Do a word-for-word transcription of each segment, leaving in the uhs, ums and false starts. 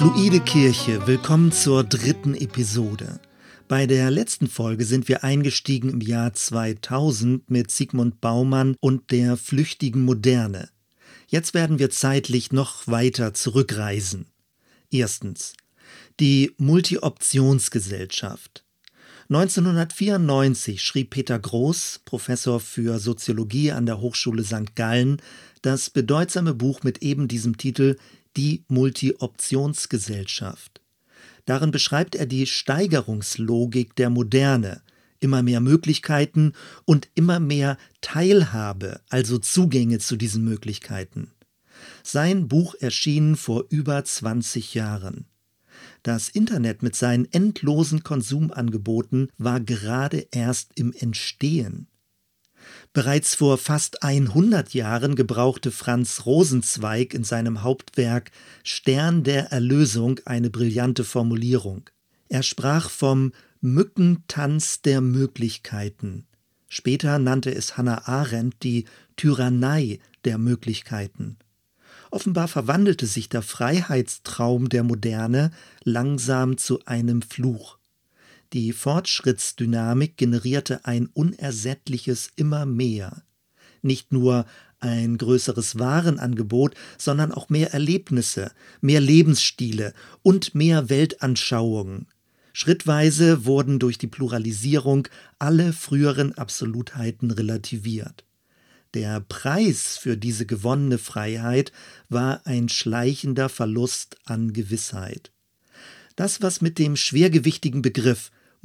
Fluide Kirche, willkommen zur dritten Episode. Bei der letzten Folge sind wir eingestiegen im Jahr zweitausend mit Zygmunt Baumann und der flüchtigen Moderne. Jetzt werden wir zeitlich noch weiter zurückreisen. Erstens. Die Multi-Optionsgesellschaft. neunzehnhundertvierundneunzig schrieb Peter Groß, Professor für Soziologie an der Hochschule Sankt Gallen, das bedeutsame Buch mit eben diesem Titel Die Multi-Optionsgesellschaft. Darin beschreibt er die Steigerungslogik der Moderne, immer mehr Möglichkeiten und immer mehr Teilhabe, also Zugänge zu diesen Möglichkeiten. Sein Buch erschien vor über zwanzig Jahren. Das Internet mit seinen endlosen Konsumangeboten war gerade erst im Entstehen. Bereits vor fast hundert Jahren gebrauchte Franz Rosenzweig in seinem Hauptwerk Stern der Erlösung eine brillante Formulierung. Er sprach vom Mückentanz der Möglichkeiten. Später nannte es Hannah Arendt die Tyrannei der Möglichkeiten. Offenbar verwandelte sich der Freiheitstraum der Moderne langsam zu einem Fluch. Die Fortschrittsdynamik generierte ein unersättliches Immer mehr. Nicht nur ein größeres Warenangebot, sondern auch mehr Erlebnisse, mehr Lebensstile und mehr Weltanschauungen. Schrittweise wurden durch die Pluralisierung alle früheren Absolutheiten relativiert. Der Preis für diese gewonnene Freiheit war ein schleichender Verlust an Gewissheit. Das, was mit dem schwergewichtigen Begriff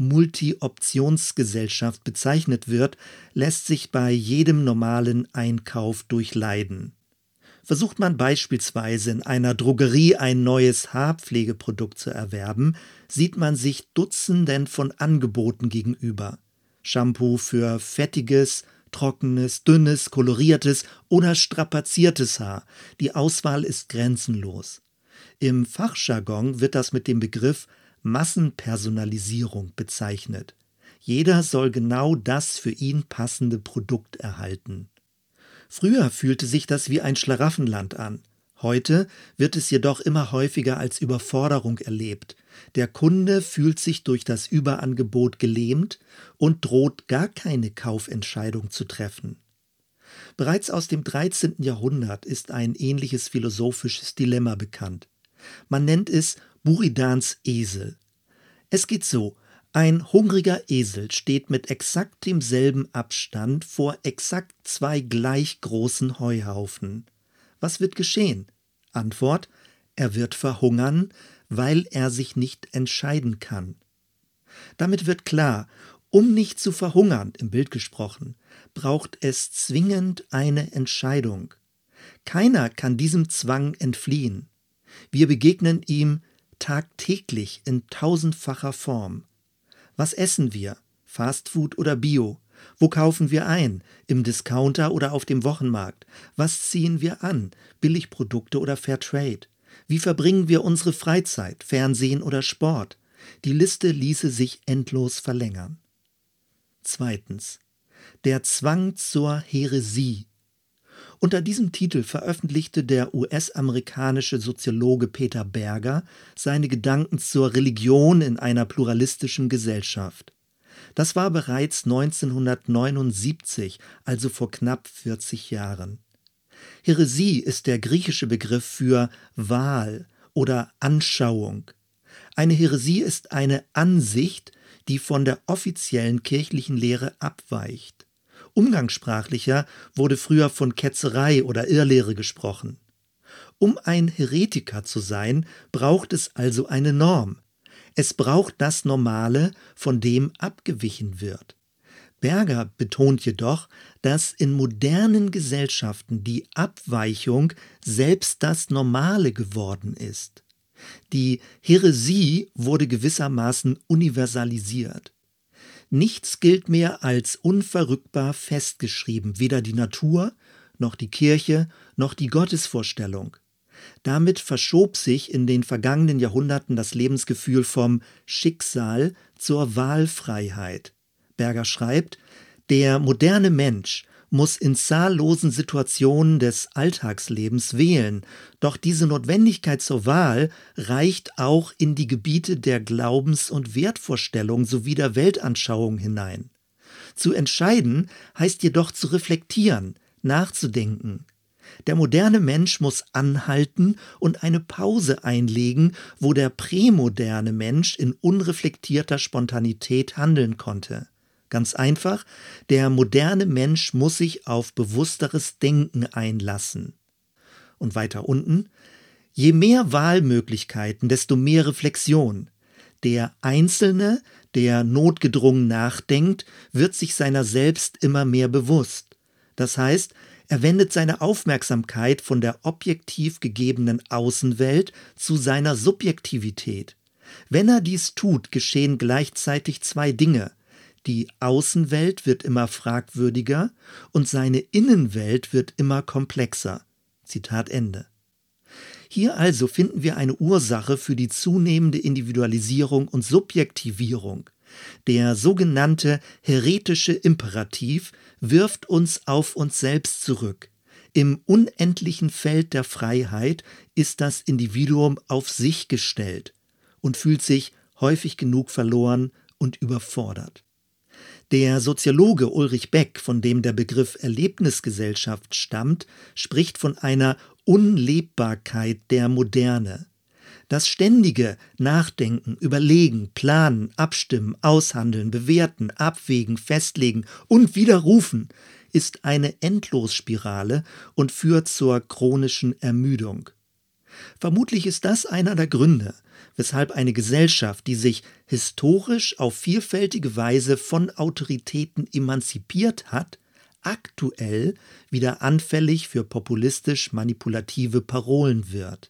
Multi-Optionsgesellschaft bezeichnet wird, lässt sich bei jedem normalen Einkauf durchleiden. Versucht man beispielsweise in einer Drogerie ein neues Haarpflegeprodukt zu erwerben, sieht man sich Dutzenden von Angeboten gegenüber. Shampoo für fettiges, trockenes, dünnes, koloriertes oder strapaziertes Haar. Die Auswahl ist grenzenlos. Im Fachjargon wird das mit dem Begriff Massenpersonalisierung bezeichnet. Jeder soll genau das für ihn passende Produkt erhalten. Früher fühlte sich das wie ein Schlaraffenland an. Heute wird es jedoch immer häufiger als Überforderung erlebt. Der Kunde fühlt sich durch das Überangebot gelähmt und droht gar keine Kaufentscheidung zu treffen. Bereits aus dem dreizehnten Jahrhundert ist ein ähnliches philosophisches Dilemma bekannt. Man nennt es Buridans Esel. Es geht so: Ein hungriger Esel steht mit exakt demselben Abstand vor exakt zwei gleich großen Heuhaufen. Was wird geschehen? Antwort: Er wird verhungern, weil er sich nicht entscheiden kann. Damit wird klar, um nicht zu verhungern, im Bild gesprochen, braucht es zwingend eine Entscheidung. Keiner kann diesem Zwang entfliehen. Wir begegnen ihm tagtäglich in tausendfacher Form. Was essen wir? Fastfood oder Bio? Wo kaufen wir ein? Im Discounter oder auf dem Wochenmarkt? Was ziehen wir an? Billigprodukte oder Fairtrade? Wie verbringen wir unsere Freizeit? Fernsehen oder Sport? Die Liste ließe sich endlos verlängern. Zweitens. Der Zwang zur Häresie. Unter diesem Titel veröffentlichte der U S-amerikanische Soziologe Peter Berger seine Gedanken zur Religion in einer pluralistischen Gesellschaft. Das war bereits neunzehnhundertneunundsiebzig, also vor knapp vierzig Jahren. Häresie ist der griechische Begriff für Wahl oder Anschauung. Eine Häresie ist eine Ansicht, die von der offiziellen kirchlichen Lehre abweicht. Umgangssprachlicher wurde früher von Ketzerei oder Irrlehre gesprochen. Um ein Heretiker zu sein, braucht es also eine Norm. Es braucht das Normale, von dem abgewichen wird. Berger betont jedoch, dass in modernen Gesellschaften die Abweichung selbst das Normale geworden ist. Die Häresie wurde gewissermaßen universalisiert. Nichts gilt mehr als unverrückbar festgeschrieben, weder die Natur, noch die Kirche, noch die Gottesvorstellung. Damit verschob sich in den vergangenen Jahrhunderten das Lebensgefühl vom Schicksal zur Wahlfreiheit. Berger schreibt: Der moderne Mensch muss in zahllosen Situationen des Alltagslebens wählen, doch diese Notwendigkeit zur Wahl reicht auch in die Gebiete der Glaubens- und Wertvorstellung sowie der Weltanschauung hinein. Zu entscheiden heißt jedoch zu reflektieren, nachzudenken. Der moderne Mensch muss anhalten und eine Pause einlegen, wo der prämoderne Mensch in unreflektierter Spontanität handeln konnte. Ganz einfach, der moderne Mensch muss sich auf bewussteres Denken einlassen. Und weiter unten: Je mehr Wahlmöglichkeiten, desto mehr Reflexion. Der Einzelne, der notgedrungen nachdenkt, wird sich seiner selbst immer mehr bewusst. Das heißt, er wendet seine Aufmerksamkeit von der objektiv gegebenen Außenwelt zu seiner Subjektivität. Wenn er dies tut, geschehen gleichzeitig zwei Dinge. Die Außenwelt wird immer fragwürdiger und seine Innenwelt wird immer komplexer. Zitat Ende. Hier also finden wir eine Ursache für die zunehmende Individualisierung und Subjektivierung. Der sogenannte heretische Imperativ wirft uns auf uns selbst zurück. Im unendlichen Feld der Freiheit ist das Individuum auf sich gestellt und fühlt sich häufig genug verloren und überfordert. Der Soziologe Ulrich Beck, von dem der Begriff Erlebnisgesellschaft stammt, spricht von einer Unlebbarkeit der Moderne. Das ständige Nachdenken, Überlegen, Planen, Abstimmen, Aushandeln, Bewerten, Abwägen, Festlegen und Widerrufen ist eine Endlosspirale und führt zur chronischen Ermüdung. Vermutlich ist das einer der Gründe, weshalb eine Gesellschaft, die sich historisch auf vielfältige Weise von Autoritäten emanzipiert hat, aktuell wieder anfällig für populistisch-manipulative Parolen wird.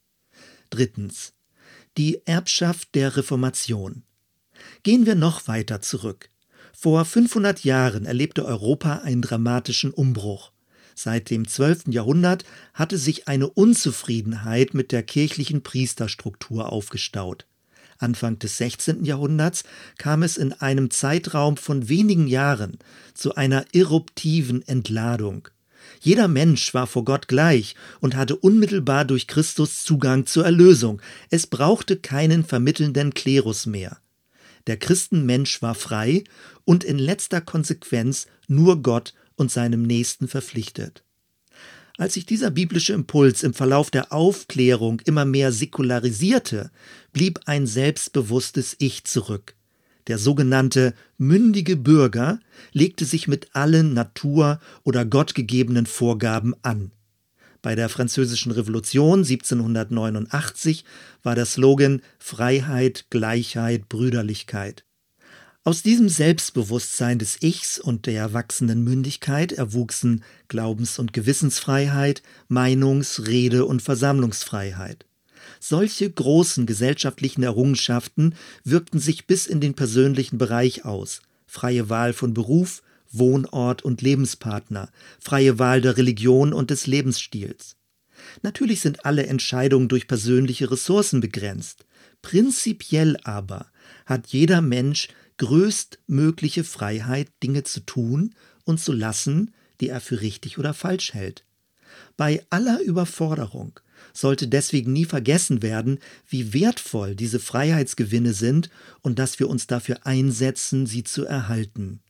Drittens: Die Erbschaft der Reformation. Gehen wir noch weiter zurück. Vor fünfhundert Jahren erlebte Europa einen dramatischen Umbruch. Seit dem zwölften Jahrhundert hatte sich eine Unzufriedenheit mit der kirchlichen Priesterstruktur aufgestaut. Anfang des sechzehnten Jahrhunderts kam es in einem Zeitraum von wenigen Jahren zu einer eruptiven Entladung. Jeder Mensch war vor Gott gleich und hatte unmittelbar durch Christus Zugang zur Erlösung. Es brauchte keinen vermittelnden Klerus mehr. Der Christenmensch war frei und in letzter Konsequenz nur Gott und seinem Nächsten verpflichtet. Als sich dieser biblische Impuls im Verlauf der Aufklärung immer mehr säkularisierte, blieb ein selbstbewusstes Ich zurück. Der sogenannte mündige Bürger legte sich mit allen natur- oder gottgegebenen Vorgaben an. Bei der Französischen Revolution siebzehnhundertneunundachtzig war der Slogan Freiheit, Gleichheit, Brüderlichkeit. Aus diesem Selbstbewusstsein des Ichs und der wachsenden Mündigkeit erwuchsen Glaubens- und Gewissensfreiheit, Meinungs-, Rede- und Versammlungsfreiheit. Solche großen gesellschaftlichen Errungenschaften wirkten sich bis in den persönlichen Bereich aus. Freie Wahl von Beruf, Wohnort und Lebenspartner, freie Wahl der Religion und des Lebensstils. Natürlich sind alle Entscheidungen durch persönliche Ressourcen begrenzt. Prinzipiell aber hat jeder Mensch größtmögliche Freiheit, Dinge zu tun und zu lassen, die er für richtig oder falsch hält. Bei aller Überforderung sollte deswegen nie vergessen werden, wie wertvoll diese Freiheitsgewinne sind und dass wir uns dafür einsetzen, sie zu erhalten.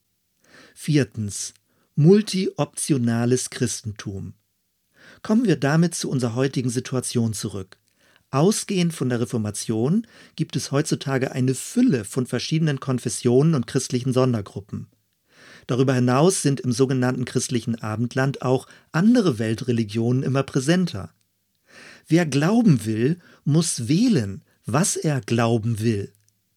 Viertens: Multioptionales Christentum. Kommen wir damit zu unserer heutigen Situation zurück. Ausgehend von der Reformation gibt es heutzutage eine Fülle von verschiedenen Konfessionen und christlichen Sondergruppen. Darüber hinaus sind im sogenannten christlichen Abendland auch andere Weltreligionen immer präsenter. Wer glauben will, muss wählen, was er glauben will.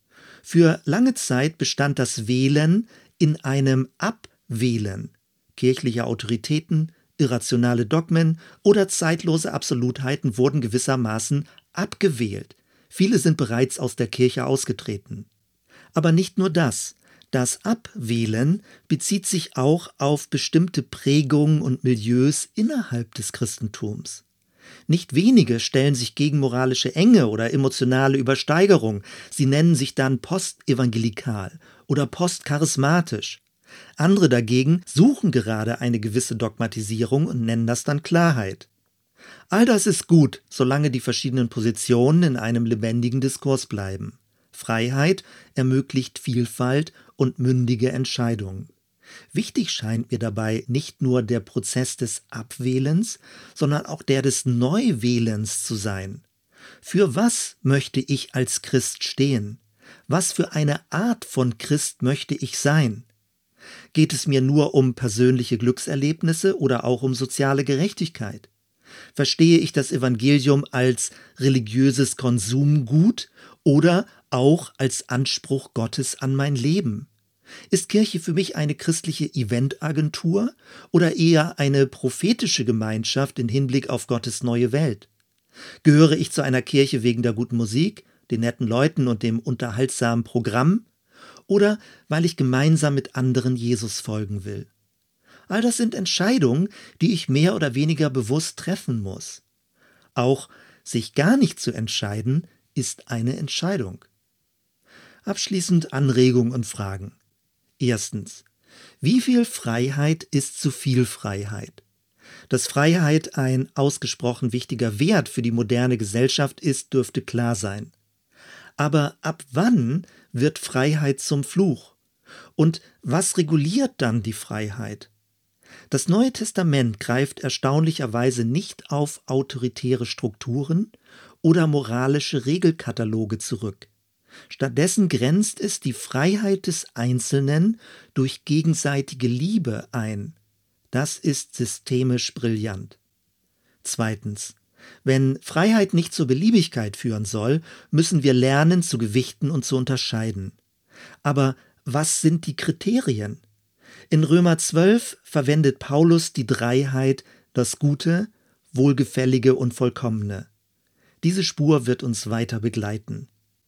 Für lange Zeit bestand das Wählen in einem Abwählen kirchlicher Autoritäten, irrationale Dogmen oder zeitlose Absolutheiten wurden gewissermaßen abgewählt. Viele sind bereits aus der Kirche ausgetreten. Aber nicht nur das. Das Abwählen bezieht sich auch auf bestimmte Prägungen und Milieus innerhalb des Christentums. Nicht wenige stellen sich gegen moralische Enge oder emotionale Übersteigerung. Sie nennen sich dann postevangelikal oder postcharismatisch. Andere dagegen suchen gerade eine gewisse Dogmatisierung und nennen das dann Klarheit. All das ist gut, solange die verschiedenen Positionen in einem lebendigen Diskurs bleiben. Freiheit ermöglicht Vielfalt und mündige Entscheidungen. Wichtig scheint mir dabei nicht nur der Prozess des Abwählens, sondern auch der des Neuwählens zu sein. Für was möchte ich als Christ stehen? Was für eine Art von Christ möchte ich sein? Geht es mir nur um persönliche Glückserlebnisse oder auch um soziale Gerechtigkeit? Verstehe ich das Evangelium als religiöses Konsumgut oder auch als Anspruch Gottes an mein Leben? Ist Kirche für mich eine christliche Eventagentur oder eher eine prophetische Gemeinschaft im Hinblick auf Gottes neue Welt? Gehöre ich zu einer Kirche wegen der guten Musik, den netten Leuten und dem unterhaltsamen Programm oder weil ich gemeinsam mit anderen Jesus folgen will? All das sind Entscheidungen, die ich mehr oder weniger bewusst treffen muss. Auch sich gar nicht zu entscheiden, ist eine Entscheidung. Abschließend Anregungen und Fragen. Erstens. Wie viel Freiheit ist zu viel Freiheit? Dass Freiheit ein ausgesprochen wichtiger Wert für die moderne Gesellschaft ist, dürfte klar sein. Aber ab wann wird Freiheit zum Fluch? Und was reguliert dann die Freiheit? Das Neue Testament greift erstaunlicherweise nicht auf autoritäre Strukturen oder moralische Regelkataloge zurück. Stattdessen grenzt es die Freiheit des Einzelnen durch gegenseitige Liebe ein. Das ist systemisch brillant. Zweitens. Wenn Freiheit nicht zur Beliebigkeit führen soll, müssen wir lernen zu gewichten und zu unterscheiden. Aber was sind die Kriterien? In Römer zwölf verwendet Paulus die Dreiheit, das Gute, Wohlgefällige und Vollkommene. Diese Spur wird uns weiter begleiten.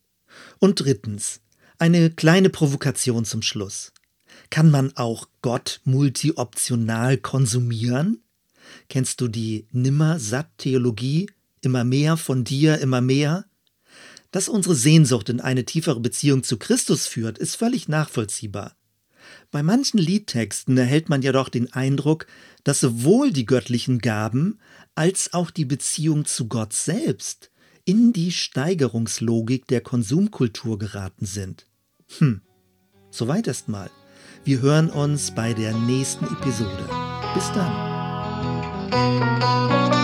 Und drittens, eine kleine Provokation zum Schluss. Kann man auch Gott multioptional konsumieren? Kennst du die Nimmer-Satt-Theologie? Immer mehr von dir, immer mehr? Dass unsere Sehnsucht in eine tiefere Beziehung zu Christus führt, ist völlig nachvollziehbar. Bei manchen Liedtexten erhält man jedoch den Eindruck, dass sowohl die göttlichen Gaben als auch die Beziehung zu Gott selbst in die Steigerungslogik der Konsumkultur geraten sind. Hm, soweit erstmal. Wir hören uns bei der nächsten Episode. Bis dann.